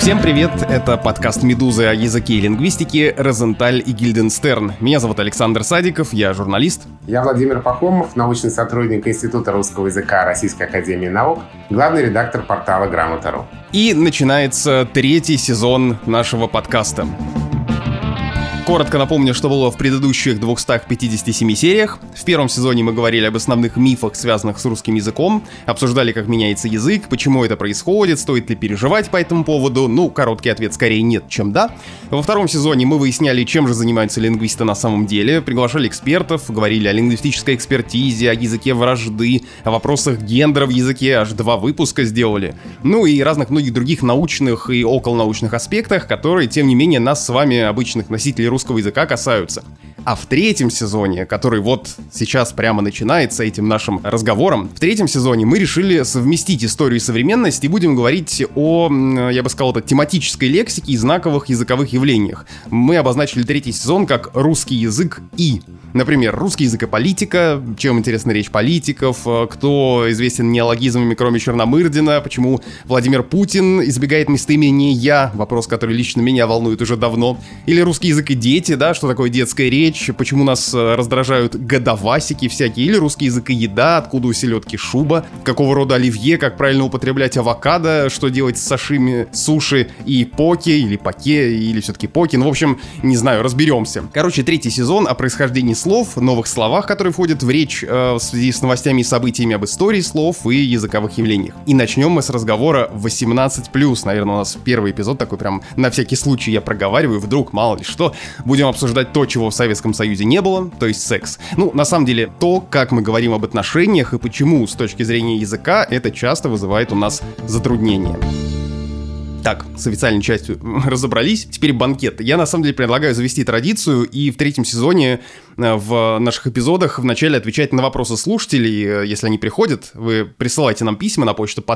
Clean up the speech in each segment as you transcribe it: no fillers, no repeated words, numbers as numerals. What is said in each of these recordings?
Всем привет, это подкаст «Медузы» о языке и лингвистике «Розенталь и Гильденстерн». Меня зовут Александр Садиков, я журналист. Я Владимир Пахомов, научный сотрудник Института русского языка Российской академии наук, главный редактор портала Грамота.ру. И начинается третий сезон нашего подкаста. Коротко напомню, что было в предыдущих 257 сериях. В первом сезоне мы говорили об основных мифах, связанных с русским языком, обсуждали, как меняется язык, почему это происходит, стоит ли переживать по этому поводу. Короткий ответ скорее нет, чем да. Во втором сезоне мы выясняли, чем же занимаются лингвисты на самом деле, приглашали экспертов, говорили о лингвистической экспертизе, о языке вражды, о вопросах гендера в языке, аж 2 выпуска сделали. И разных многих других научных и околонаучных аспектах, которые, тем не менее, нас с вами, обычных носителей русского языка, касаются. А в третьем сезоне, который вот сейчас прямо начинается этим нашим разговором, в третьем сезоне мы решили совместить историю и современность и будем говорить о, я бы сказал, тематической лексике и знаковых языковых явлениях. Мы обозначили третий сезон как «Русский язык и». Например, русский язык и политика, чем интересна речь политиков, кто известен неологизмами, кроме Черномырдина, почему Владимир Путин избегает местоимения «я», вопрос, который лично меня волнует уже давно, или русский язык и дети, что такое детская речь, почему нас раздражают годовасики всякие, или русский язык и еда, откуда у селедки шуба, какого рода оливье, как правильно употреблять авокадо, что делать с сашими, суши и поке, или поке, или все-таки поки, в общем, не знаю, разберемся. Короче, третий сезон о происхождении слов, новых словах, которые входят в речь в связи с новостями и событиями об истории слов и языковых явлениях. И начнем мы с разговора 18+. Наверное, у нас первый эпизод такой прям на всякий случай я проговариваю, вдруг, мало ли что. Будем обсуждать то, чего в Советском Союзе не было, то есть секс. На самом деле, то, как мы говорим об отношениях и почему, с точки зрения языка, это часто вызывает у нас затруднения. Так, с официальной частью разобрались. Теперь банкет. Я, на самом деле, предлагаю завести традицию и в третьем сезоне в наших эпизодах вначале отвечать на вопросы слушателей. Если они приходят, вы присылайте нам письма на почту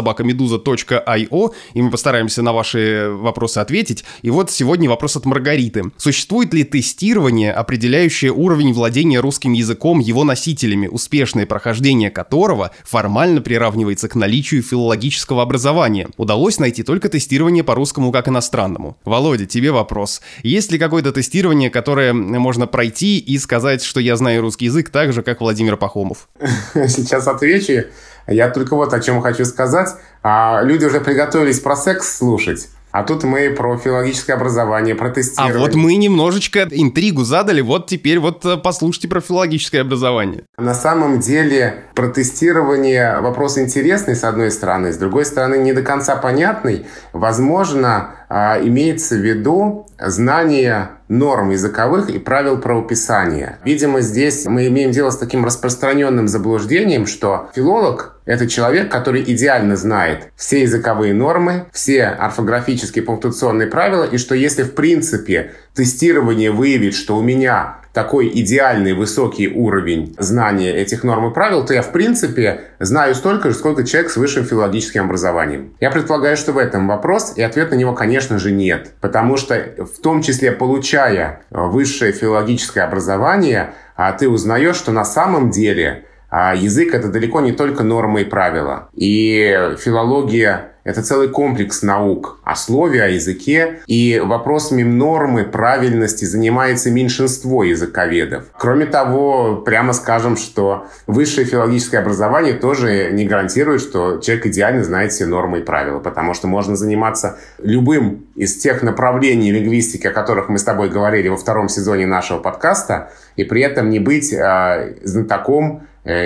podcast@meduza.io, и мы постараемся на ваши вопросы ответить. И вот сегодня вопрос от Маргариты. Существует ли тестирование, определяющее уровень владения русским языком его носителями, успешное прохождение которого формально приравнивается к наличию филологического образования? Удалось найти только тестирование по русскому как иностранному. Володя, тебе вопрос. Есть ли какое-то тестирование, которое можно пройти и сказать, что я знаю русский язык так же, как Владимир Пахомов? Сейчас отвечу. Я только вот о чем хочу сказать. Люди уже приготовились про секс слушать. А тут мы про филологическое образование, про тестирование. А вот мы немножечко интригу задали, вот теперь послушайте про филологическое образование. На самом деле про тестирование вопрос интересный, с одной стороны, с другой стороны, не до конца понятный. Возможно, имеется в виду знание норм языковых и правил правописания. Видимо, здесь мы имеем дело с таким распространенным заблуждением, что филолог — это человек, который идеально знает все языковые нормы, все орфографические пунктуационные правила, и что если, в принципе, тестирование выявит, что у меня такой идеальный высокий уровень знания этих норм и правил, то я, в принципе, знаю столько же, сколько человек с высшим филологическим образованием. Я предполагаю, что в этом вопрос, и ответ на него, конечно же, нет. Потому что, в том числе, получая высшее филологическое образование, ты узнаешь, что на самом деле язык — это далеко не только нормы и правила. И филология — это целый комплекс наук о слове, о языке. И вопросами нормы, правильности занимается меньшинство языковедов. Кроме того, прямо скажем, что высшее филологическое образование тоже не гарантирует, что человек идеально знает все нормы и правила. Потому что можно заниматься любым из тех направлений лингвистики, о которых мы с тобой говорили во втором сезоне нашего подкаста, и при этом не быть знатоком,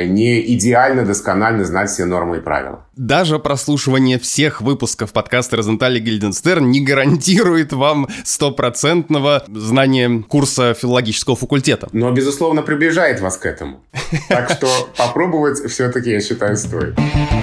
не идеально досконально знать все нормы и правила. Даже прослушивание всех выпусков подкаста «Розенталь и Гильденстерн» не гарантирует вам 100% знания курса филологического факультета. Но, безусловно, приближает вас к этому. Так что попробовать все-таки, я считаю, стоит.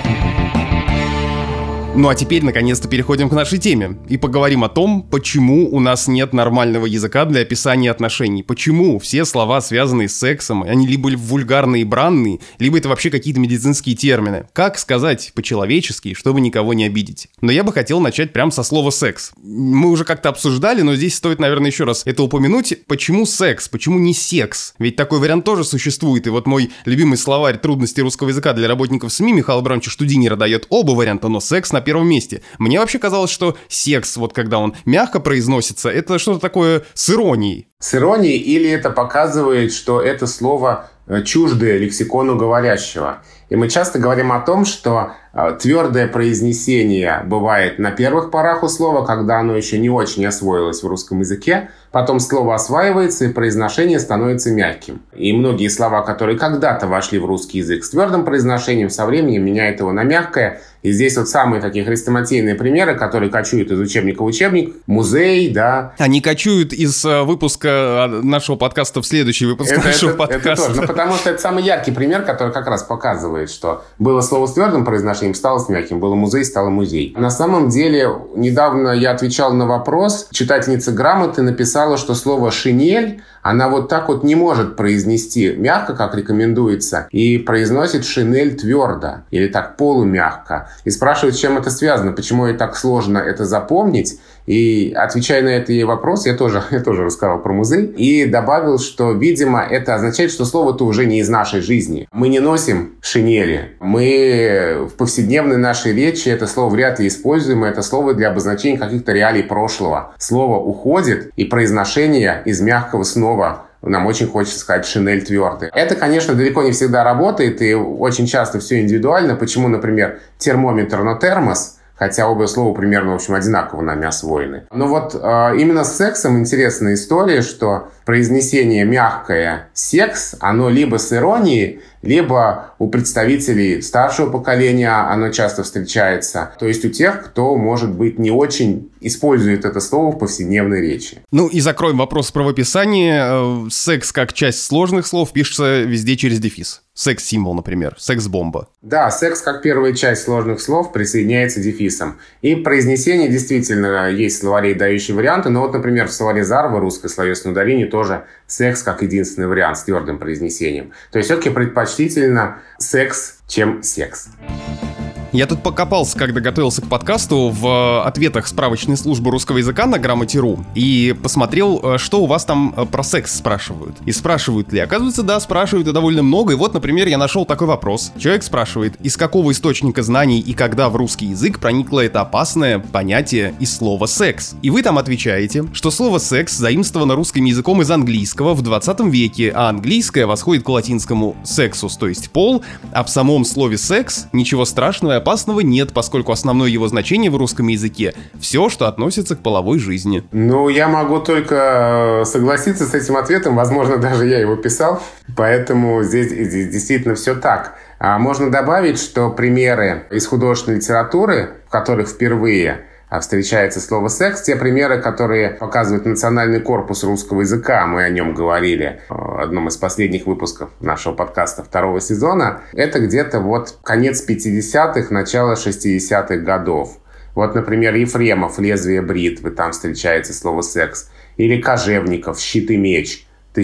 А теперь, наконец-то, переходим к нашей теме и поговорим о том, почему у нас нет нормального языка для описания отношений. Почему все слова, связанные с сексом, они либо вульгарные и бранные, либо это вообще какие-то медицинские термины. Как сказать по-человечески, чтобы никого не обидеть? Но я бы хотел начать прямо со слова «секс». Мы уже как-то обсуждали, но здесь стоит, наверное, еще раз это упомянуть. Почему секс? Почему не секс? Ведь такой вариант тоже существует. И вот мой любимый словарь трудностей русского языка для работников СМИ Михаила Абрамовича Штудинера дает оба варианта, но секс на первом месте. Мне вообще казалось, что секс, вот когда он мягко произносится, это что-то такое с иронией. С иронией, или это показывает, что это слово чуждое лексикону говорящего. И мы часто говорим о том, что твердое произнесение бывает на первых порах у слова, когда оно еще не очень освоилось в русском языке. Потом слово осваивается, и произношение становится мягким. И многие слова, которые когда-то вошли в русский язык с твердым произношением, со временем меняют его на мягкое. И здесь вот самые такие хрестоматийные примеры, которые кочуют из учебника в учебник. Музей, да. Они кочуют из выпуска нашего подкаста в следующий выпуск нашего подкаста. Это тоже. Ну, потому что это самый яркий пример, который как раз показывает, что было слово с твердым произношением, стало с мягким. Было музей, стало музей. На самом деле, недавно я отвечал на вопрос. Читательница грамоты написала, что слово «шинель» она вот так вот не может произнести мягко, как рекомендуется, и произносит «шинель» твердо, или так полумягко. И спрашивает, с чем это связано, почему ей так сложно это запомнить. И отвечая на этот вопрос, я тоже рассказал про музей и добавил, что, видимо, это означает, что слово-то уже не из нашей жизни. Мы не носим шинели. Мы в повседневной нашей речи это слово вряд ли используем. Это слово для обозначения каких-то реалий прошлого. Слово уходит, и произношение из мягкого снова нам очень хочется сказать «шинель твердый». Это, конечно, далеко не всегда работает, и очень часто все индивидуально. Почему, например, термометр, но термос, хотя оба слова примерно, в общем, одинаково нами освоены. Но вот именно с сексом интересная история, что произнесение мягкое «секс», оно либо с иронией, либо у представителей старшего поколения оно часто встречается. То есть у тех, кто, может быть, не очень использует это слово в повседневной речи. Ну и закроем вопрос с правописания. Секс как часть сложных слов пишется везде через дефис. Секс-символ, например. Секс-бомба. Да, секс как первая часть сложных слов присоединяется дефисом. И произнесение действительно есть в словаре дающие варианты. Но вот, например, в словаре Зарва, русское словесное ударение, тоже секс как единственный вариант с твердым произнесением. То есть все-таки предпочтительно секс, чем секс. Я тут покопался, когда готовился к подкасту, в ответах справочной службы русского языка на Грамоте.ру и посмотрел, что у вас там про секс спрашивают. И спрашивают ли? Оказывается, да, спрашивают и довольно много. И вот, например, я нашел такой вопрос. Человек спрашивает, из какого источника знаний и когда в русский язык проникло это опасное понятие из слова «секс». И вы там отвечаете, что слово «секс» заимствовано русским языком из английского в 20 веке, а английское восходит к латинскому «sexus», то есть «пол», а в самом слове «секс» ничего страшного опасного нет, поскольку основное его значение в русском языке — все, что относится к половой жизни. Ну, я могу только согласиться с этим ответом. Возможно, даже я его писал. Поэтому здесь действительно все так. Можно добавить, что примеры из художественной литературы, в которых впервые встречается слово «секс», те примеры, которые показывает Национальный корпус русского языка, мы о нем говорили в одном из последних выпусков нашего подкаста 2-го сезона, это где-то вот конец 50-х, начало 60-х годов. Вот, например, Ефремов «Лезвие бритвы», там встречается слово «секс», или Кожевников «Щит и меч»,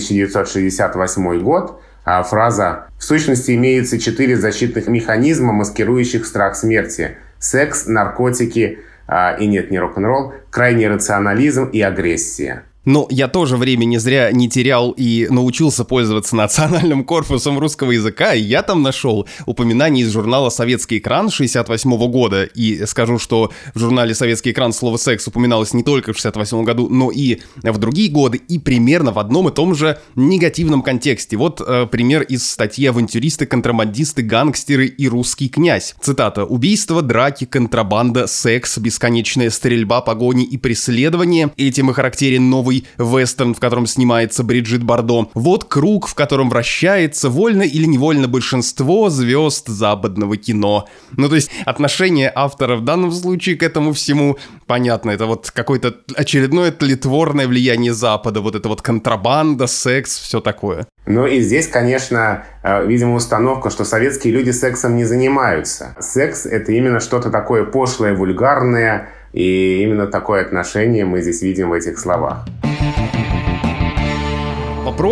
1968 год, а фраза «В сущности имеется 4 защитных механизма, маскирующих страх смерти: секс, наркотики, и нет, не рок-н-ролл, крайний рационализм и агрессия». Но я тоже времени зря не терял и научился пользоваться Национальным корпусом русского языка, и я там нашел упоминание из журнала «Советский экран» 68 года. И скажу, что в журнале «Советский экран» слово «секс» упоминалось не только в 68 году, но и в другие годы, и примерно в одном и том же негативном контексте. Вот пример из статьи «Авантюристы, контрабандисты, гангстеры и русский князь». Цитата: «Убийство, драки, контрабанда, секс, бесконечная стрельба, погони и преследование. Этим и характерен новый вестерн, в котором снимается Бриджит Бардо. Вот круг, в котором вращается вольно или невольно большинство звезд западного кино». Ну, то есть отношение автора в данном случае к этому всему понятно. Это вот какое-то очередное тлетворное влияние Запада. Вот это вот контрабанда, секс, все такое. Ну и здесь, конечно, видимо, установка, что советские люди сексом не занимаются. Секс — это именно что-то такое пошлое, вульгарное, и именно такое отношение мы здесь видим в этих словах. Вопрос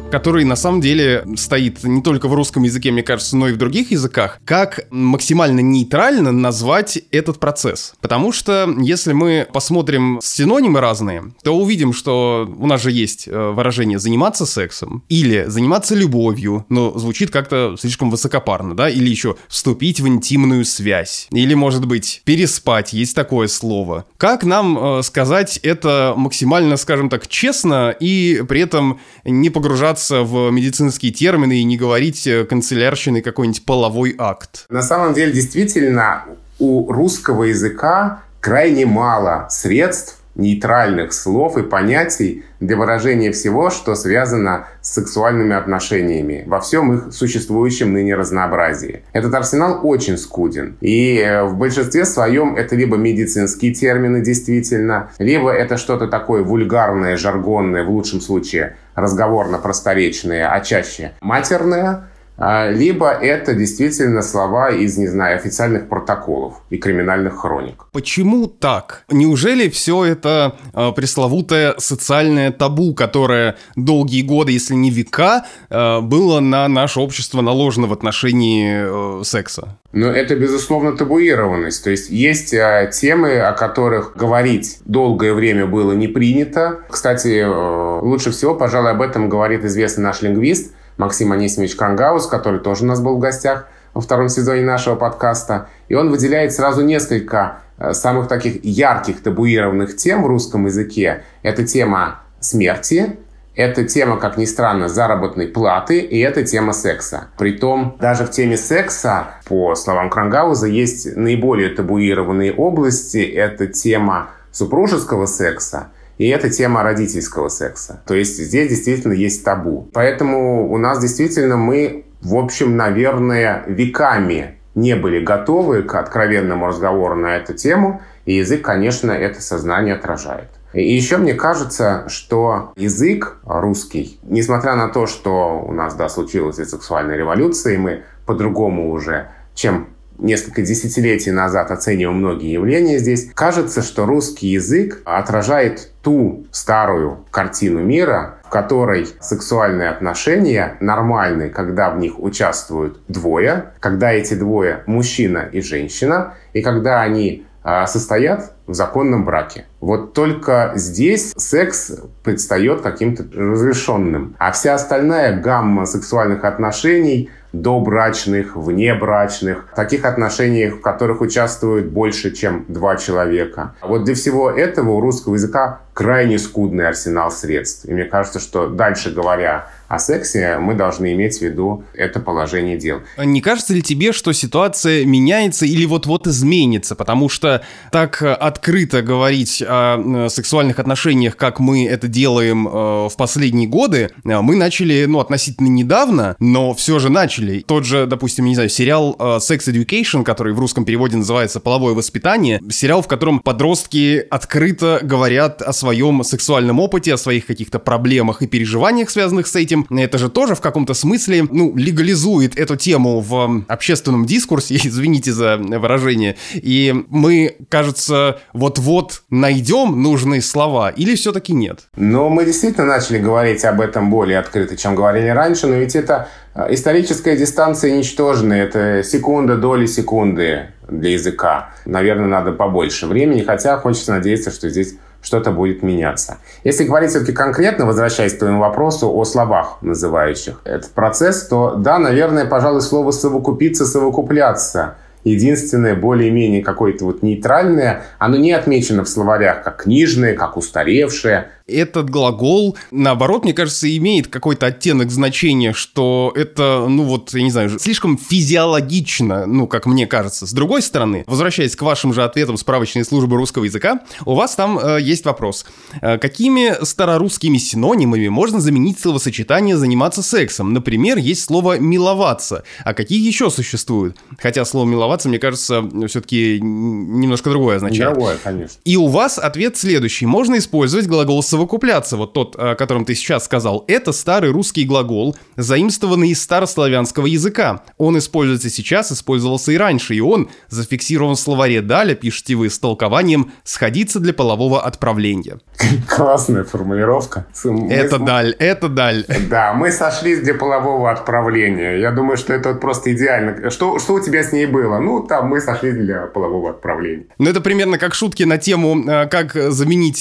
который на самом деле стоит не только в русском языке, мне кажется, но и в других языках. Как максимально нейтрально назвать этот процесс? Потому что если мы посмотрим синонимы разные, то увидим, что у нас же есть выражение «заниматься сексом» или «заниматься любовью», но звучит как-то слишком высокопарно, да? Или еще «вступить в интимную связь». Или, может быть, «переспать», есть такое слово. Как нам сказать это максимально, скажем так, честно и при этом не погружаться в медицинские термины и не говорить канцелярщиной какой-нибудь половой акт? На самом деле, действительно, у русского языка крайне мало средств, нейтральных слов и понятий для выражения всего, что связано с сексуальными отношениями во всем их существующем ныне разнообразии. Этот арсенал очень скуден. И в большинстве своем это либо медицинские термины действительно, либо это что-то такое вульгарное, жаргонное, в лучшем случае разговорно-просторечное, а чаще матерное, либо это действительно слова из, не знаю, официальных протоколов и криминальных хроник. Почему так? Неужели все это пресловутое социальное табу, которое долгие годы, если не века, было на наше общество наложено в отношении секса? Но это, безусловно, табуированность. То есть темы, о которых говорить долгое время было не принято. Кстати, лучше всего, пожалуй, об этом говорит известный наш лингвист Максим Анисимович Крангаус, который тоже у нас был в гостях во втором сезоне нашего подкаста. И он выделяет сразу несколько самых таких ярких табуированных тем в русском языке. Это тема смерти, это тема, как ни странно, заработной платы, и это тема секса. Притом, даже в теме секса, по словам Крангауза, есть наиболее табуированные области. Это тема супружеского секса, и это тема родительского секса. То есть здесь действительно есть табу. Поэтому у нас действительно мы, в общем, наверное, веками не были готовы к откровенному разговору на эту тему. И язык, конечно, это сознание отражает. И еще мне кажется, что язык русский, несмотря на то, что у нас, случилась и сексуальная революция, и мы по-другому уже, чем несколько десятилетий назад оцениваем многие явления здесь, кажется, что русский язык отражает ту старую картину мира, в которой сексуальные отношения нормальны, когда в них участвуют двое, когда эти двое мужчина и женщина, и когда они состоят в законном браке. Вот только здесь секс предстает каким-то разрешенным. А вся остальная гамма сексуальных отношений, добрачных, внебрачных, таких отношений, в которых участвуют больше, чем два человека. Вот для всего этого у русского языка крайне скудный арсенал средств. И мне кажется, что дальше говоря о сексе, мы должны иметь в виду это положение дел. Не кажется ли тебе, что ситуация меняется или вот-вот изменится? Потому что так открыто говорить о сексуальных отношениях, как мы это делаем в последние годы, мы начали, относительно недавно, но все же начали. Тот же, допустим, не знаю, сериал Sex Education, который в русском переводе называется «Половое воспитание», сериал, в котором подростки открыто говорят о своем сексуальном опыте, о своих каких-то проблемах и переживаниях, связанных с этим. Это же тоже в каком-то смысле, легализует эту тему в общественном дискурсе, извините за выражение, и мы, кажется, вот-вот найдем нужные слова, или все-таки нет? Но мы действительно начали говорить об этом более открыто, чем говорили раньше, но ведь это историческая дистанция ничтожная, это секунда, доли секунды для языка. Наверное, надо побольше времени, хотя хочется надеяться, что здесь что-то будет меняться. Если говорить все-таки конкретно, возвращаясь к твоему вопросу о словах, называющих этот процесс, то да, наверное, пожалуй, слово «совокупиться», «совокупляться» единственное, более-менее какое-то нейтральное, оно не отмечено в словарях как книжное, как устаревшее. Этот глагол, наоборот, мне кажется, имеет какой-то оттенок значения, что это, я не знаю, слишком физиологично, как мне кажется. С другой стороны, возвращаясь к вашим же ответам справочной службы русского языка, у вас там есть вопрос. Какими старорусскими синонимами можно заменить словосочетание «заниматься сексом»? Например, есть слово «миловаться». А какие еще существуют? Хотя слово «миловаться», мне кажется, все-таки немножко другое означает. Другое, конечно. И у вас ответ следующий. Можно использовать глагол «совокупляться» совокупляться, вот тот, о котором ты сейчас сказал, это старый русский глагол, заимствованный из старославянского языка. Он используется сейчас, использовался и раньше, и он зафиксирован в словаре Даля, пишете вы, с толкованием «сходиться для полового отправления». Классная формулировка. Это Даль. Да, мы сошлись для полового отправления. Я думаю, что это вот просто идеально. Что у тебя с ней было? Ну, там мы сошлись для полового отправления. Ну, это примерно как шутки на тему, как заменить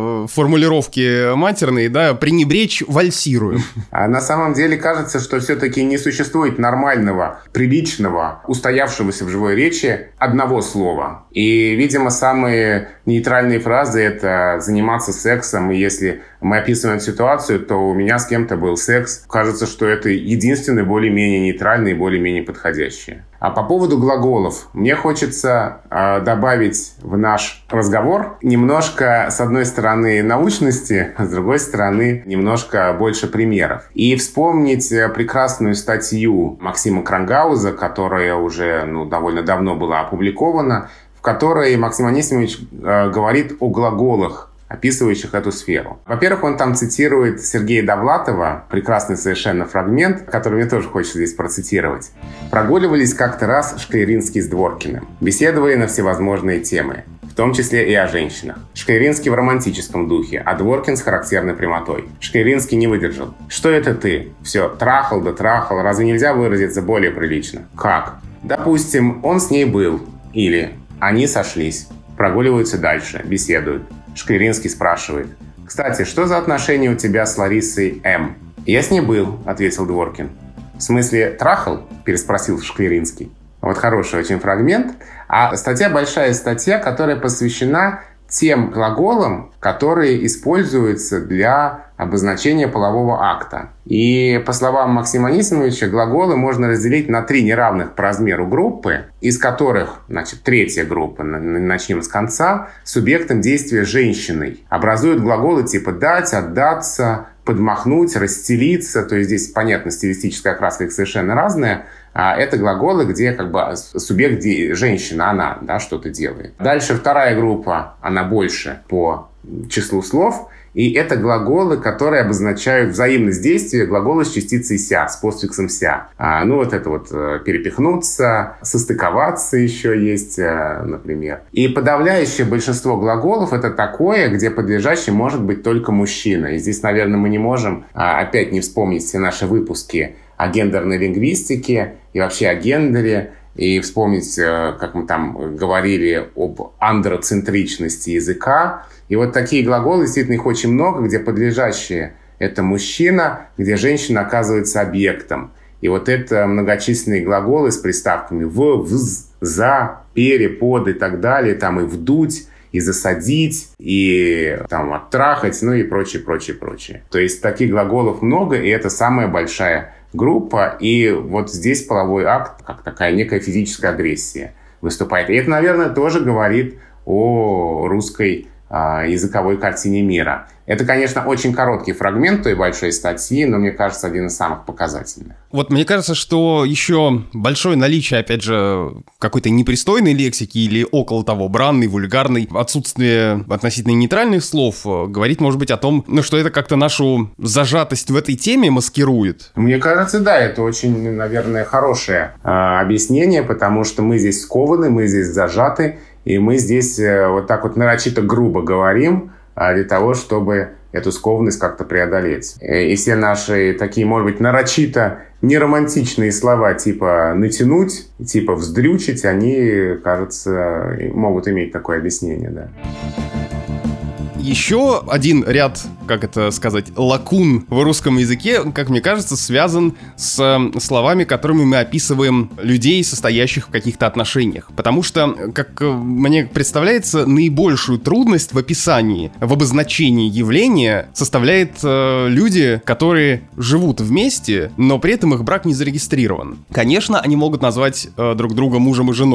формулировки матерные, да, пренебречь вальсируем. А на самом деле кажется, что все-таки не существует нормального, приличного, устоявшегося в живой речи одного слова. И, видимо, самые нейтральные фразы — это заниматься сексом. И если мы описываем ситуацию, то у меня с кем-то был секс. Кажется, что это единственное более-менее нейтральное и более-менее подходящее. А по поводу глаголов, мне хочется добавить в наш разговор немножко, с одной стороны, научности, а с другой стороны, немножко больше примеров. И вспомнить прекрасную статью Максима Крангауза, которая уже довольно давно была опубликована, в которой Максим Анисимович говорит о глаголах, описывающих эту сферу. Во-первых, он там цитирует Сергея Довлатова, прекрасный совершенно фрагмент, который мне тоже хочется здесь процитировать. «Прогуливались как-то раз Шкляринский с Дворкиным, беседовали на всевозможные темы, в том числе и о женщинах. Шкляринский в романтическом духе, а Дворкин с характерной прямотой. Шкляринский не выдержал. Что это ты? Все, трахал да трахал, разве нельзя выразиться более прилично? Как? Допустим, он с ней был, или они сошлись, прогуливаются дальше, беседуют. Шкляринский спрашивает: «Кстати, что за отношения у тебя с Ларисой М?» «Я с ней был», — ответил Дворкин. «В смысле, трахал?» — переспросил Шкляринский. Вот хороший очень фрагмент. А статья большая статья, которая посвящена тем глаголам, которые используются для обозначения полового акта. И, по словам Максима Анисимовича, глаголы можно разделить на 3 неравных по размеру группы, из которых, третья группа, начнем с конца, субъектом действия женщиной. Образуют глаголы типа «дать», «отдаться», «подмахнуть», «расстелиться». То есть здесь, понятно, стилистическая окраска их совершенно разная. А это глаголы, где субъект женщина, она, да, что-то делает. Дальше вторая группа, она больше по числу слов. И это глаголы, которые обозначают взаимность действия, глаголы с частицей «ся», с постфиксом «ся». Перепихнуться, состыковаться еще есть, например. И подавляющее большинство глаголов — это такое, где подлежащий может быть только мужчина. И здесь, наверное, мы не можем опять не вспомнить все наши выпуски о гендерной лингвистике и вообще о гендере, и вспомнить, как мы там говорили об андроцентричности языка. И вот такие глаголы, действительно, их очень много, где подлежащие — это мужчина, где женщина оказывается объектом. И вот это многочисленные глаголы с приставками «в», «вз», «за», «пере», «под» и так далее, там и «вдуть», и «засадить», и там «оттрахать», и прочее. То есть таких глаголов много, и это самая большая группа, и вот здесь половой акт, как такая некая физическая агрессия выступает. И это, наверное, тоже говорит о русской языковой картине мира. Это, конечно, очень короткий фрагмент той большой статьи, но, мне кажется, один из самых показательных. Вот мне кажется, что еще большое наличие, опять же, какой-то непристойной лексики или около того, бранной, вульгарной, отсутствие относительно нейтральных слов говорит, может быть, о том, что это как-то нашу зажатость в этой теме маскирует. Мне кажется, да, это очень, наверное, хорошее объяснение, потому что мы здесь скованы, мы здесь зажаты, и мы здесь вот так вот нарочито грубо говорим для того, чтобы эту скованность как-то преодолеть. И все наши такие, может быть, нарочито неромантичные слова типа «натянуть», типа «вздрючить», они, кажется, могут иметь такое объяснение, да. Еще один ряд, лакун в русском языке, как мне кажется, связан с словами, которыми мы описываем людей, состоящих в каких-то отношениях. Потому что, как мне представляется, наибольшую трудность в описании, в обозначении явления составляет люди, которые живут вместе, но при этом их брак не зарегистрирован. Конечно, они могут назвать друг друга мужем и женой,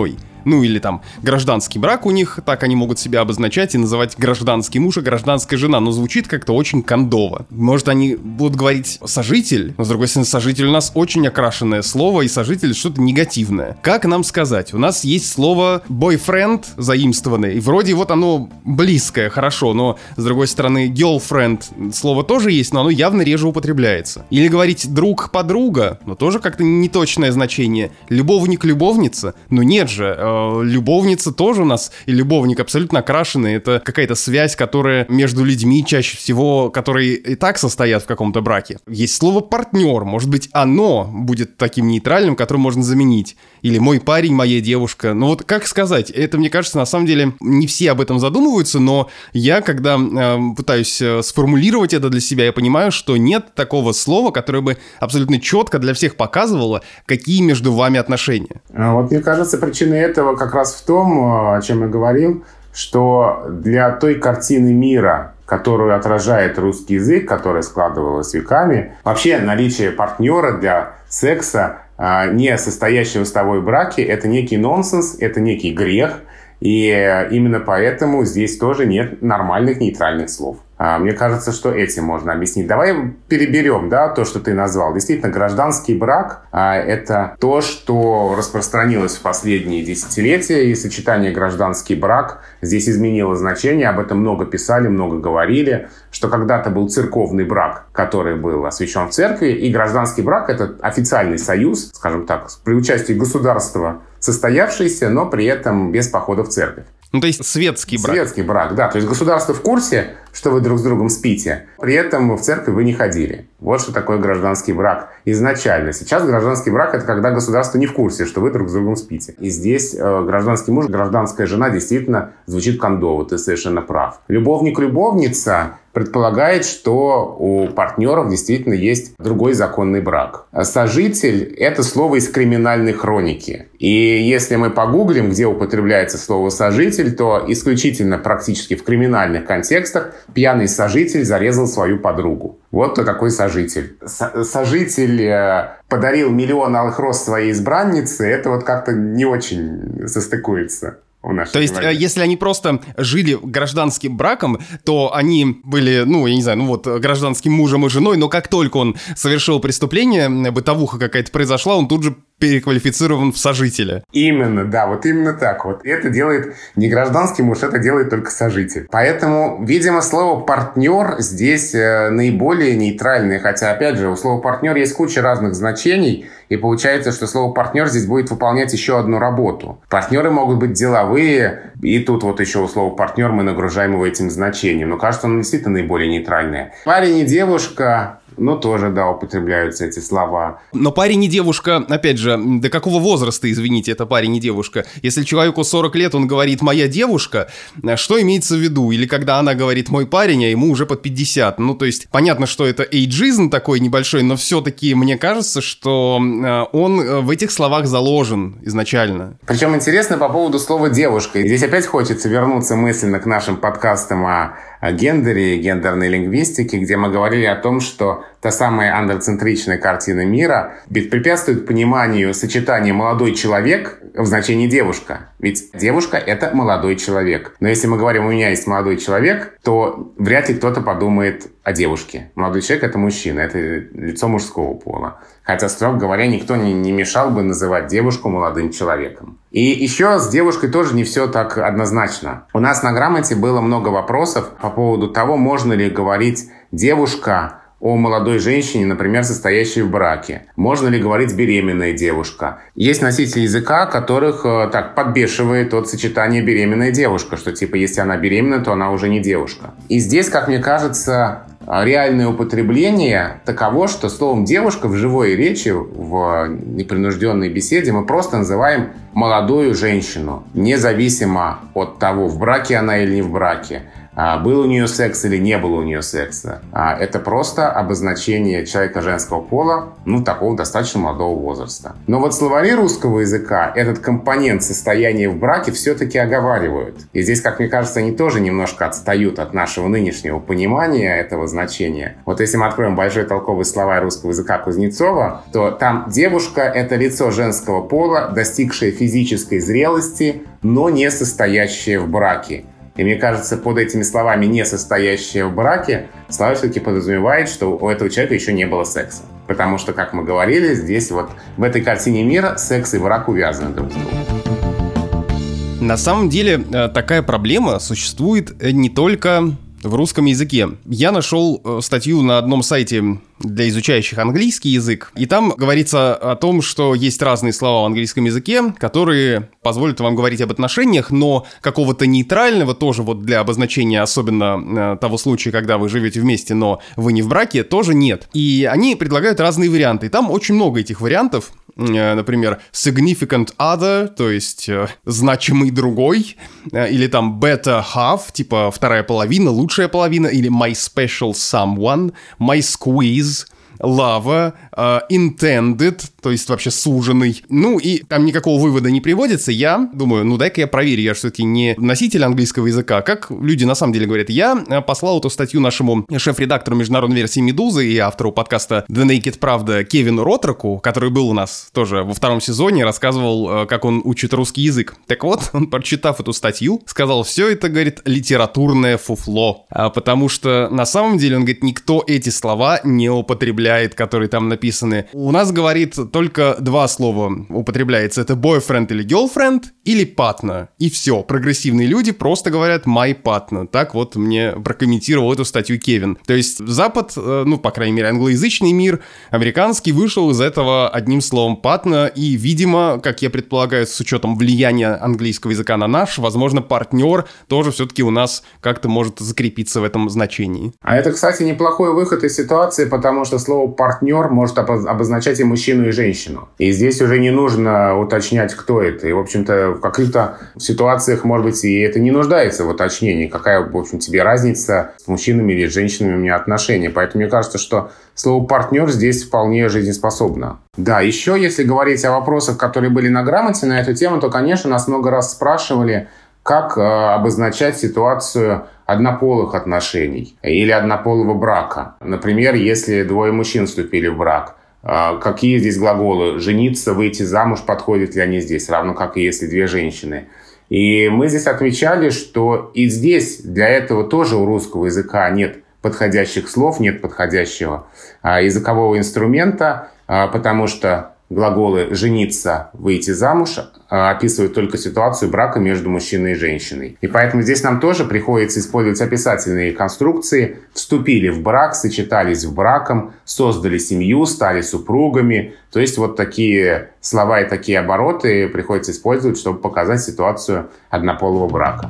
Ну или там гражданский брак у них, так они могут себя обозначать и называть гражданский муж и гражданская жена, но звучит как-то очень кондово. Может, они будут говорить сожитель, но с другой стороны, сожитель у нас очень окрашенное слово, и сожитель что-то негативное. Как нам сказать? У нас есть слово boyfriend заимствованное, и вроде вот оно близкое, хорошо, но с другой стороны, girlfriend слово тоже есть, но оно явно реже употребляется. Или говорить друг-подруга, но тоже как-то неточное значение. Любовник-любовница, но нет же, любовница тоже у нас, и любовник абсолютно окрашенный, это какая-то связь, которая между людьми чаще всего, которые и так состоят в каком-то браке. Есть слово партнер, может быть, оно будет таким нейтральным, которым можно заменить. Или мой парень, моя девушка. Ну вот как сказать, это, мне кажется, на самом деле не все об этом задумываются, но я, когда пытаюсь сформулировать это для себя, я понимаю, что нет такого слова, которое бы абсолютно четко для всех показывало, какие между вами отношения. Вот мне кажется, причина этого как раз в том, о чем мы говорим, что для той картины мира, которую отражает русский язык, которая складывалась веками, вообще наличие партнера для секса, не состоящего в тобой браке, это некий нонсенс, это некий грех, и именно поэтому здесь тоже нет нормальных нейтральных слов. Мне кажется, что этим можно объяснить. Давай переберем, да, то, что ты назвал. Действительно, гражданский брак – это то, что распространилось в последние десятилетия, и сочетание гражданский брак здесь изменило значение. Об этом много писали, много говорили, что когда-то был церковный брак, который был освящен в церкви, и гражданский брак – это официальный союз, скажем так, при участии государства, состоявшийся, но при этом без похода в церковь. Ну, то есть светский брак. Светский брак, да. То есть государство в курсе, что вы друг с другом спите, при этом в церковь вы не ходили. Вот что такое гражданский брак изначально. Сейчас гражданский брак – это когда государство не в курсе, что вы друг с другом спите. И здесь гражданский муж, гражданская жена действительно звучит кондово, ты совершенно прав. Любовник-любовница предполагает, что у партнеров действительно есть другой законный брак. Сожитель – это слово из криминальной хроники. И если мы погуглим, где употребляется слово «сожитель», то исключительно практически в криминальных контекстах пьяный сожитель зарезал свою подругу. Вот кто такой сожитель. Сожитель подарил 1 000 000 алых роз своей избраннице, это вот как-то не очень состыкуется. То есть, если они просто жили гражданским браком, то они были, ну, я не знаю, ну вот гражданским мужем и женой, но как только он совершил преступление, бытовуха какая-то произошла, он тут же переквалифицирован в сожителя. Именно, да, вот именно так вот. Это делает не гражданский муж, это делает только сожитель. Поэтому, видимо, слово «партнер» здесь наиболее нейтральное, хотя, опять же, у слова «партнер» есть куча разных значений, и получается, что слово «партнер» здесь будет выполнять еще одну работу. Партнеры могут быть деловые, и тут вот еще у слова «партнер» мы нагружаем его этим значением. Но кажется, оно действительно наиболее нейтральное. Парень и девушка... Ну, тоже, да, употребляются эти слова. Но парень и девушка, опять же, до какого возраста, извините, это парень и девушка? Если человеку 40 лет, он говорит «моя девушка», что имеется в виду? Или когда она говорит «мой парень», а ему уже под 50. Ну, то есть, понятно, что это эйджизм такой небольшой, но все-таки мне кажется, что он в этих словах заложен изначально. Причем интересно по поводу слова «девушка». И здесь опять хочется вернуться мысленно к нашим подкастам о гендере и гендерной лингвистике, где мы говорили о том, что та самая андроцентричная картина мира препятствует пониманию сочетания «молодой человек» в значении «девушка». Ведь девушка – это молодой человек. Но если мы говорим «у меня есть молодой человек», то вряд ли кто-то подумает о девушке. Молодой человек – это мужчина, это лицо мужского пола. Хотя, строго говоря, никто не мешал бы называть девушку молодым человеком. И еще с девушкой тоже не все так однозначно. У нас на грамоте было много вопросов по поводу того, можно ли говорить «девушка» о молодой женщине, например, состоящей в браке. Можно ли говорить «беременная девушка». Есть носители языка, которых так подбешивает от сочетания «беременная девушка», что типа если она беременна, то она уже не девушка. И здесь, как мне кажется, реальное употребление таково, что словом «девушка» в живой речи, в непринужденной беседе мы просто называем молодую женщину, независимо от того, в браке она или не в браке. был у нее секс или не было у нее секса. Это просто обозначение человека женского пола, такого достаточно молодого возраста. Но вот словари русского языка этот компонент состояния в браке все-таки оговаривают. И здесь, как мне кажется, они тоже немножко отстают от нашего нынешнего понимания этого значения. Вот если мы откроем большой толковый словарь русского языка Кузнецова, то там девушка — это лицо женского пола, достигшее физической зрелости, но не состоящее в браке. И мне кажется, под этими словами «не состоящее в браке» словарь все-таки подразумевает, что у этого человека еще не было секса. Потому что, как мы говорили, здесь вот в этой картине мира секс и брак увязаны друг с другом. На самом деле, такая проблема существует не только в русском языке. Я нашел статью на одном сайте для изучающих английский язык, и там говорится о том, что есть разные слова в английском языке, которые позволят вам говорить об отношениях, но какого-то нейтрального тоже вот для обозначения, особенно того случая, когда вы живете вместе, но вы не в браке, тоже нет. И они предлагают разные варианты, и там очень много этих вариантов. Например, significant other, то есть значимый другой, или там better half, типа вторая половина, лучшая половина, или my special someone, my squeeze, lover, intended, то есть вообще суженый. И там никакого вывода не приводится. Я думаю, дай-ка я проверю, я же все-таки не носитель английского языка. Как люди на самом деле говорят? Я послал эту статью нашему шеф-редактору международной версии «Медузы» и автору подкаста The Naked Правда Кевину Ротраку, который был у нас тоже во втором сезоне, рассказывал, как он учит русский язык. Так вот, он, прочитав эту статью, сказал: все это, говорит, литературное фуфло. Потому что на самом деле, он говорит, никто эти слова не употребляет, которые там написаны. У нас, говорит, только два слова употребляется. Это boyfriend или girlfriend, или partner. И все. Прогрессивные люди просто говорят my partner. Так вот мне прокомментировал эту статью Кевин. То есть Запад, по крайней мере, англоязычный мир, американский, вышел из этого одним словом partner. И, видимо, как я предполагаю, с учетом влияния английского языка на наш, возможно, партнер тоже все-таки у нас как-то может закрепиться в этом значении. А это, кстати, неплохой выход из ситуации, потому что слово партнер может обозначать и мужчину, и женщину. И здесь уже не нужно уточнять, кто это. И, в общем-то, в каких-то ситуациях, может быть, и это не нуждается в уточнении. Какая, в общем, тебе разница, с мужчинами или с женщинами у меня отношения. Поэтому мне кажется, что слово «партнер» здесь вполне жизнеспособно. Да, еще если говорить о вопросах, которые были на грамоте на эту тему, то, конечно, нас много раз спрашивали, как обозначать ситуацию однополых отношений или однополого брака. Например, если двое мужчин вступили в брак, какие здесь глаголы? Жениться, выйти замуж, подходят ли они здесь? Равно как и если две женщины. И мы здесь отмечали, что и здесь для этого тоже у русского языка нет подходящих слов, нет подходящего языкового инструмента, потому что глаголы «жениться», «выйти замуж» описывают только ситуацию брака между мужчиной и женщиной. И поэтому здесь нам тоже приходится использовать описательные конструкции. Вступили в брак, сочетались в браком, создали семью, стали супругами. То есть вот такие слова и такие обороты приходится использовать, чтобы показать ситуацию однополого брака.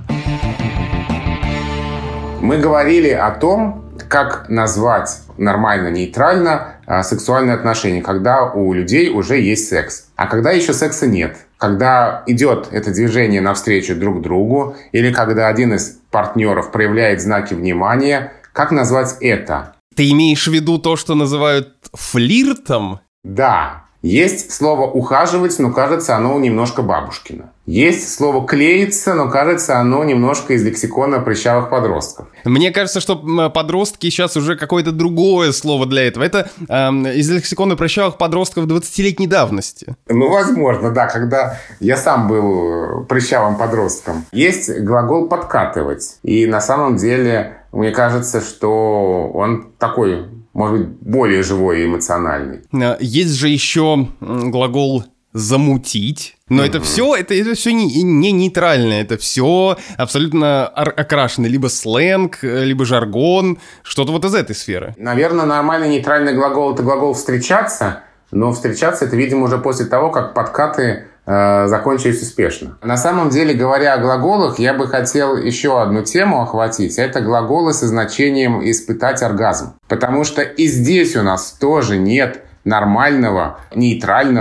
Мы говорили о том, как назвать нормально, нейтрально сексуальные отношения, когда у людей уже есть секс. А когда еще секса нет. Когда идет это движение навстречу друг другу, или когда один из партнеров проявляет знаки внимания, как назвать это? Ты имеешь в виду то, что называют флиртом? Да. Есть слово «ухаживать», но кажется, оно немножко бабушкино. Есть слово «клеиться», но кажется, оно немножко из лексикона прыщавых подростков. Мне кажется, что подростки сейчас уже какое-то другое слово для этого. Это из лексикона прыщавых подростков 20-летней давности. Возможно, да, когда я сам был прыщавым подростком. Есть глагол «подкатывать». И на самом деле, мне кажется, что он такой, может быть, более живой и эмоциональный. Есть же еще глагол «замутить». Но это все не нейтрально, это все абсолютно окрашено. Либо сленг, либо жаргон, что-то вот из этой сферы. Наверное, нормальный нейтральный глагол — это глагол «встречаться», но встречаться — это, видимо, уже после того, как подкаты закончились успешно. На самом деле, говоря о глаголах, я бы хотел еще одну тему охватить. Это глаголы со значением «испытать оргазм». Потому что и здесь у нас тоже нет нормального, нейтрального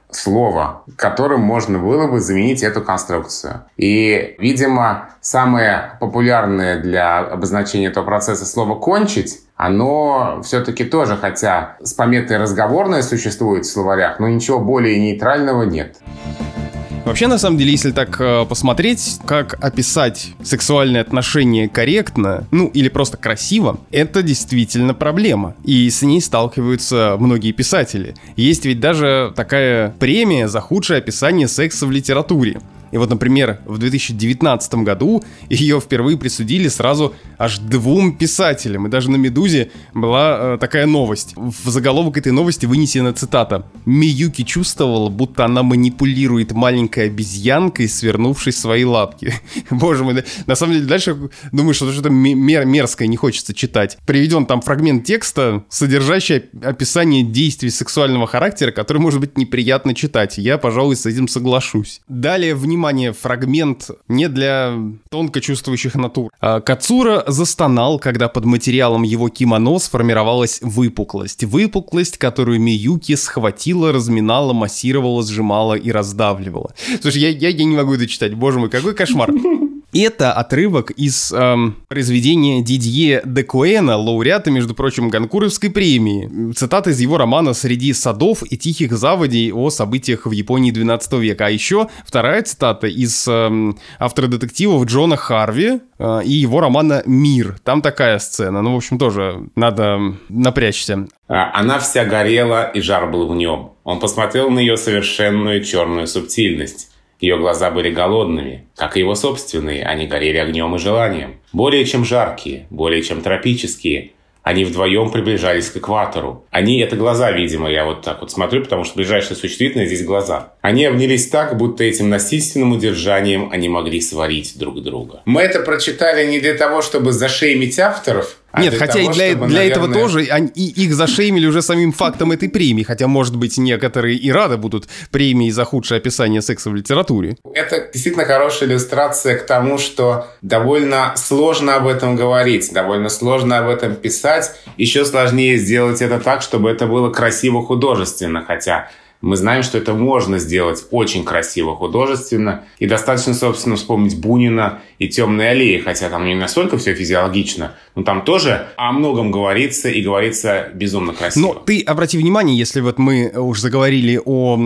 слово, которым можно было бы заменить эту конструкцию. И, видимо, самое популярное для обозначения этого процесса слово «кончить», оно все-таки тоже, хотя с пометой «разговорное» существует в словарях, но ничего более нейтрального нет. Вообще, на самом деле, если так посмотреть, как описать сексуальные отношения корректно, или просто красиво, это действительно проблема. И с ней сталкиваются многие писатели. Есть ведь даже такая премия за худшее описание секса в литературе. И вот, например, в 2019 году ее впервые присудили сразу аж 2 писателям. И даже на «Медузе» была такая новость. В заголовок этой новости вынесена цитата: «Миюки чувствовала, будто она манипулирует маленькой обезьянкой, свернувшей свои лапки». Боже мой, на самом деле дальше думаю, что что-то мерзкое не хочется читать. Приведен там фрагмент текста, содержащий описание действий сексуального характера, который может быть неприятно читать. Я, пожалуй, с этим соглашусь. Далее, внимание, фрагмент не для тонко чувствующих натур. Кацура застонал, когда под материалом его кимоно сформировалась выпуклость. Выпуклость, которую Миюки схватила, разминала, массировала, сжимала и раздавливала. Слушай, я не могу это читать. Боже мой, какой кошмар. Это отрывок из произведения Дидье де Куэна, лауреата, между прочим, Ганкуровской премии. Цитата из его романа «Среди садов и тихих заводей» о событиях в Японии 12 века. А еще вторая цитата из автора детективов Джона Харви и его романа «Мир». Там такая сцена. В общем, тоже надо напрячься. Она вся горела, и жар был в нем. Он посмотрел на ее совершенную черную субтильность. Ее глаза были голодными, как и его собственные, они горели огнем и желанием. Более чем жаркие, более чем тропические. Они вдвоем приближались к экватору. Они — это глаза, видимо, я вот так вот смотрю, потому что ближайшее существительное здесь глаза. Они обнялись так, будто этим насильственным удержанием они могли сварить друг друга. Мы это прочитали не для того, чтобы зашеймить авторов, нет, хотя того, и для этого тоже их зашеймили уже самим фактом этой премии. Хотя, может быть, некоторые и рады будут премии за худшее описание секса в литературе. Это действительно хорошая иллюстрация к тому, что довольно сложно об этом говорить, довольно сложно об этом писать. Еще сложнее сделать это так, чтобы это было красиво художественно, хотя мы знаем, что это можно сделать очень красиво художественно. И достаточно, собственно, вспомнить Бунина и «Темные аллеи», хотя там не настолько все физиологично, но там тоже о многом говорится, и говорится безумно красиво. Но ты обрати внимание, если вот мы уже заговорили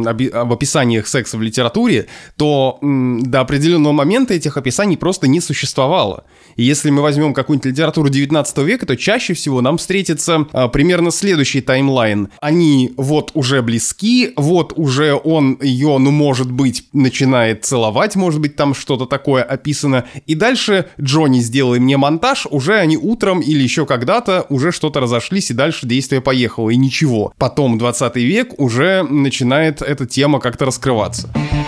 об описаниях секса в литературе, то до определенного момента этих описаний просто не существовало. И если мы возьмем какую-нибудь литературу 19 века, то чаще всего нам встретится примерно следующий таймлайн. Они вот уже близки, вот уже он ее, может быть, начинает целовать, может быть, там что-то такое описано. И дальше Джонни, сделай мне монтаж, уже они утром или еще когда-то уже что-то разошлись, и дальше действие поехало, и ничего. Потом 20 век уже начинает эта тема как-то раскрываться.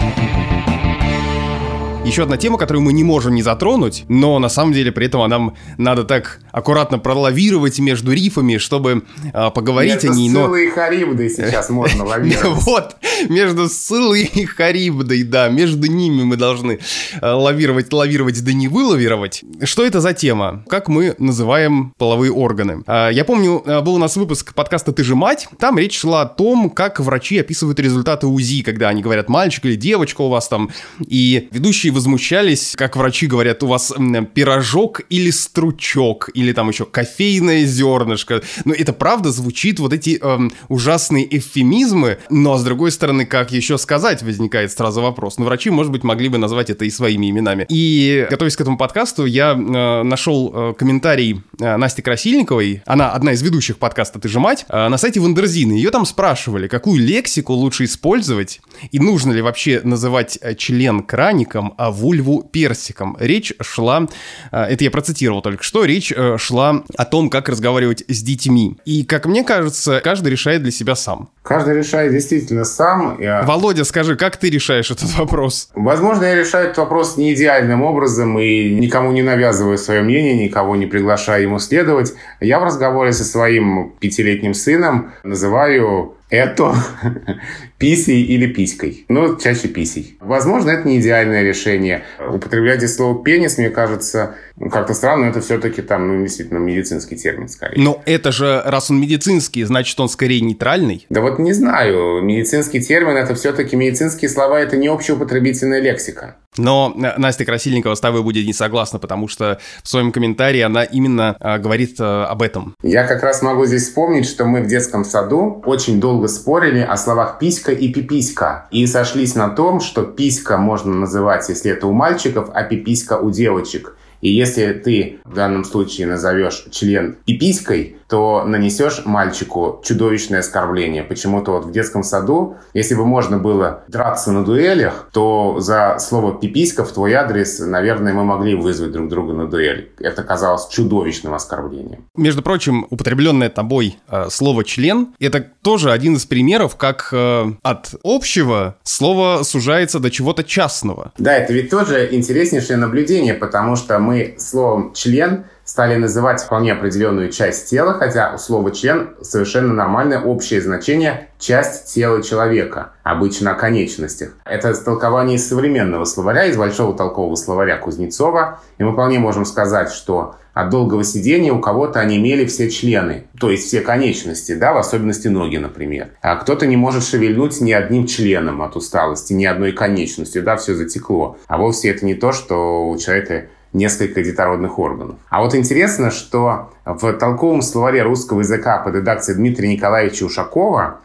Еще одна тема, которую мы не можем не затронуть, но на самом деле при этом нам надо так аккуратно пролавировать между рифами, чтобы поговорить о ней. Между Сциллой и Харибдой сейчас можно лавировать. Вот, между Сциллой и Харибдой, да, между ними мы должны лавировать, да не вылавировать. Что это за тема? Как мы называем половые органы? Я помню, был у нас выпуск подкаста «Ты же мать», там речь шла о том, как врачи описывают результаты УЗИ, когда они говорят «мальчик» или «девочка» у вас там, и ведущие возмущались, как врачи говорят, у вас пирожок или стручок, или там еще кофейное зернышко. Но это правда звучит, вот эти ужасные эвфемизмы, но с другой стороны, как еще сказать, возникает сразу вопрос. Но врачи, может быть, могли бы назвать это и своими именами. И, готовясь к этому подкасту, я нашел комментарий Насти Красильниковой, она одна из ведущих подкаста «Ты же мать», на сайте Вандерзины. Ее там спрашивали, какую лексику лучше использовать, и нужно ли вообще называть член краником, а вульву персиком. Речь шла, это я процитировал только что, речь шла о том, как разговаривать с детьми. И, как мне кажется, каждый решает для себя сам. Каждый решает действительно сам. Володя, скажи, как ты решаешь этот вопрос? Возможно, я решаю этот вопрос не идеальным образом и никому не навязываю свое мнение, никого не приглашаю ему следовать. Я в разговоре со своим 5-летним сыном называю это писей или писькой. Ну, чаще писей. Возможно, это не идеальное решение. Употреблять здесь слово «пенис», мне кажется, как-то странно, но это все-таки там, действительно, медицинский термин скорее. Но это же, раз он медицинский, значит, он скорее нейтральный? Да вот не знаю. Медицинский термин — это все-таки медицинские слова, это не общеупотребительная лексика. Но Настя Красильникова с тобой будет не согласна, потому что в своем комментарии она именно говорит об этом. Я как раз могу здесь вспомнить, что мы в детском саду очень долго спорили о словах «писька» и «пиписька». И сошлись на том, что «писька» можно называть, если это у мальчиков, а «пиписька» у девочек. И если ты в данном случае назовешь член пиписькой, то нанесешь мальчику чудовищное оскорбление. Почему-то вот в детском саду, если бы можно было драться на дуэлях, то за слово «пиписька» в твой адрес, наверное, мы могли вызвать друг друга на дуэль. Это казалось чудовищным оскорблением. Между прочим, употребленное тобой слово «член» — это тоже один из примеров, как от общего слово сужается до чего-то частного. Да, это ведь тоже интереснейшее наблюдение, потому что мы словом «член» стали называть вполне определенную часть тела, хотя у слова «член» совершенно нормальное общее значение «часть тела человека», обычно о конечностях. Это толкование из современного словаря, из большого толкового словаря Кузнецова, и мы вполне можем сказать, что от долгого сидения у кого-то онемели все члены, то есть все конечности, да, в особенности ноги, например. А кто-то не может шевельнуть ни одним членом от усталости, ни одной конечностью, да, все затекло. А вовсе это не то, что у человека несколько детородных органов. А вот интересно, что в толковом словаре русского языка под редакцией Дмитрия Николаевича Ушакова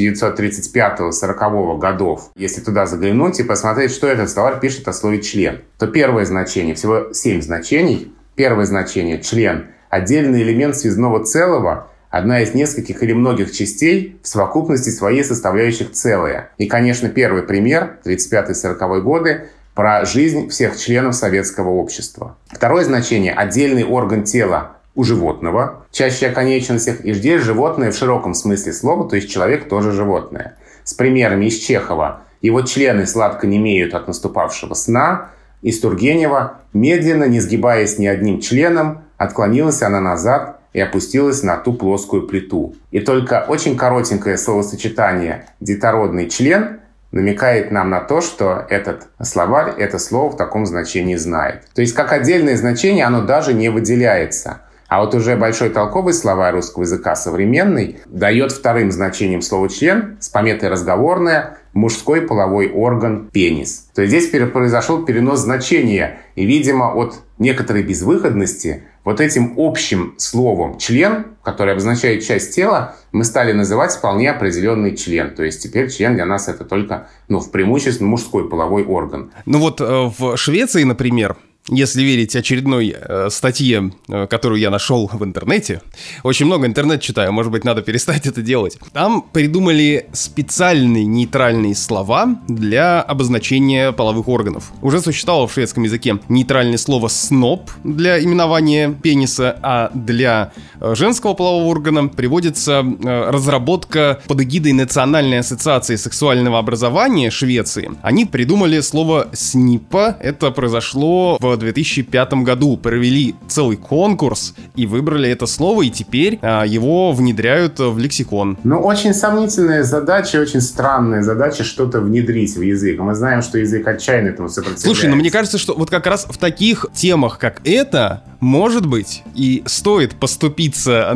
1935-40 годов, если туда заглянуть и посмотреть, что этот словарь пишет о слове «член», то первое значение, всего 7 значений. Первое значение – член, отдельный элемент связного целого, одна из нескольких или многих частей в совокупности своей составляющих целое. И, конечно, первый пример, 35-40 годы, про жизнь всех членов советского общества. Второе значение – отдельный орган тела у животного, чаще о конечностях, и здесь животное в широком смысле слова, то есть человек тоже животное. С примерами из Чехова: его члены сладко немеют от наступавшего сна. Из Тургенева: медленно, не сгибаясь ни одним членом, отклонилась она назад и опустилась на ту плоскую плиту. И только очень коротенькое словосочетание «детородный член» намекает нам на то, что этот словарь это слово в таком значении знает. То есть как отдельное значение оно даже не выделяется. А вот уже большой толковый словарь русского языка современный дает вторым значением слово «член» с пометой разговорное мужской половой орган пенис. То есть здесь произошел перенос значения. И, видимо, от некоторой безвыходности вот этим общим словом «член», которое обозначает часть тела, мы стали называть вполне определенный член. То есть теперь член для нас это только, в преимущественно мужской половой орган. Ну вот в Швеции, например, если верить очередной статье, которую я нашел в интернете, очень много интернет читаю, может быть, надо перестать это делать. Там придумали специальные нейтральные слова для обозначения половых органов. Уже существовало в шведском языке нейтральное слово «сноп» для именования пениса, а для женского полового органа приводится разработка под эгидой Национальной ассоциации сексуального образования Швеции. Они придумали слово «снипа». Это произошло в 2005 году. Провели целый конкурс и выбрали это слово, и теперь его внедряют в лексикон. Очень сомнительная задача, очень странная задача что-то внедрить в язык. Мы знаем, что язык отчаянно этому сопротивляется. Слушай, мне кажется, что вот как раз в таких темах, как это, может быть, и стоит поступиться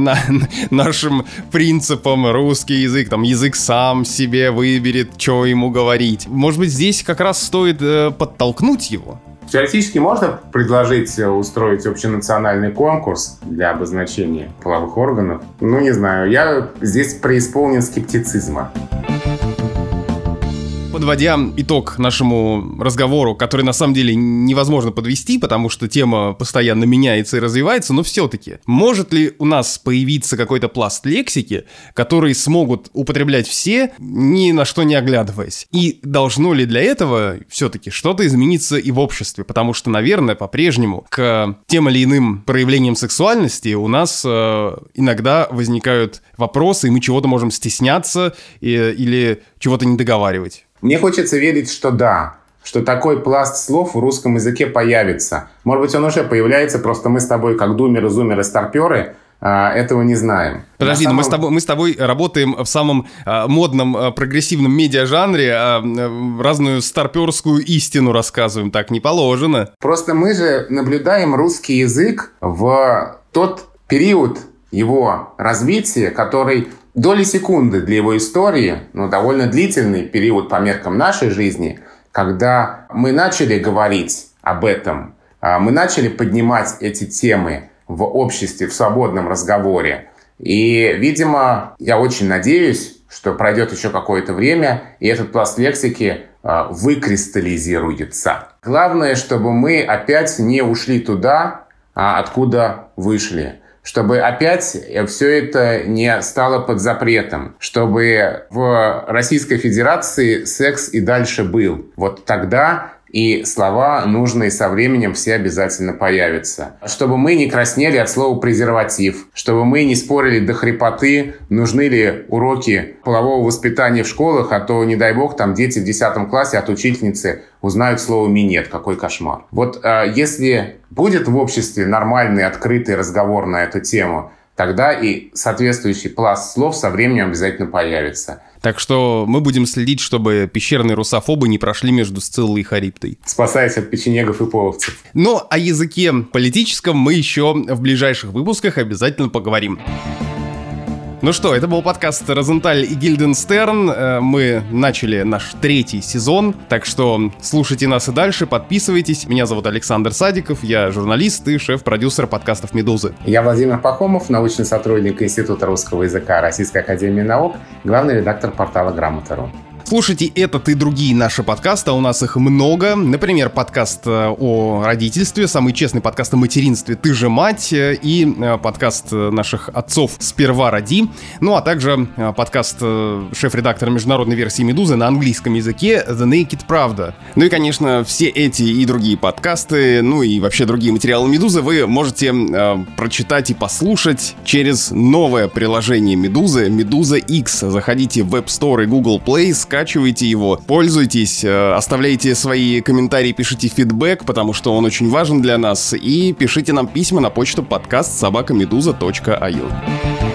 нашим принципом русский язык, язык сам себе выберет, что ему говорить. Может быть, здесь как раз стоит подтолкнуть его. Теоретически можно предложить устроить общенациональный конкурс для обозначения половых органов. Не знаю, я здесь преисполнен скептицизма. Подводя итог нашему разговору, который на самом деле невозможно подвести, потому что тема постоянно меняется и развивается, но все-таки, может ли у нас появиться какой-то пласт лексики, который смогут употреблять все, ни на что не оглядываясь? И должно ли для этого все-таки что-то измениться и в обществе? Потому что, наверное, по-прежнему к тем или иным проявлениям сексуальности у нас иногда возникают вопросы, и мы чего-то можем стесняться или чего-то не договаривать. Мне хочется верить, что да, что такой пласт слов в русском языке появится. Может быть, он уже появляется, просто мы с тобой, как думеры, зумеры, старперы, этого не знаем. Подожди, но мы с тобой работаем в самом модном прогрессивном медиа-жанре, разную старперскую истину рассказываем, так не положено. Просто мы же наблюдаем русский язык в тот период его развития, который доли секунды для его истории, довольно длительный период по меркам нашей жизни, когда мы начали говорить об этом, мы начали поднимать эти темы в обществе, в свободном разговоре. И, видимо, я очень надеюсь, что пройдет еще какое-то время, и этот пласт лексики выкристаллизируется. Главное, чтобы мы опять не ушли туда, откуда вышли. Чтобы опять все это не стало под запретом. Чтобы в Российской Федерации секс и дальше был. Вот тогда и слова нужные со временем все обязательно появятся. Чтобы мы не краснели от слова презерватив. Чтобы мы не спорили до хрипоты, нужны ли уроки полового воспитания в школах, а то, не дай бог, там дети в 10 классе от учительницы узнают слово «минет». Какой кошмар. Вот если будет в обществе нормальный, открытый разговор на эту тему, тогда и соответствующий пласт слов со временем обязательно появится. Так что мы будем следить, чтобы пещерные русофобы не прошли между Сциллой и Харибдой. Спасаясь от печенегов и половцев. Но о языке политическом мы еще в ближайших выпусках обязательно поговорим. Ну что, это был подкаст «Розенталь и Гильденстерн». Мы начали наш 3-й сезон, так что слушайте нас и дальше, подписывайтесь. Меня зовут Александр Садиков, я журналист и шеф-продюсер подкастов «Медузы». Я Владимир Пахомов, научный сотрудник Института русского языка Российской академии наук, главный редактор портала «Грамота.ру». Слушайте этот и другие наши подкасты, у нас их много. Например, подкаст о родительстве, самый честный подкаст о материнстве «Ты же мать» и подкаст наших отцов «Сперва роди». Ну, а также подкаст шеф-редактора международной версии «Медузы» на английском языке «The Naked Pravda». Ну и, конечно, все эти и другие подкасты, ну и вообще другие материалы «Медузы» вы можете прочитать и послушать через новое приложение «Медузы» «Медуза X». Заходите в App Store и Google Play, скачивайте его, пользуйтесь, оставляйте свои комментарии, пишите фидбэк, потому что он очень важен для нас, и пишите нам письма на почту podcast@meduza.io.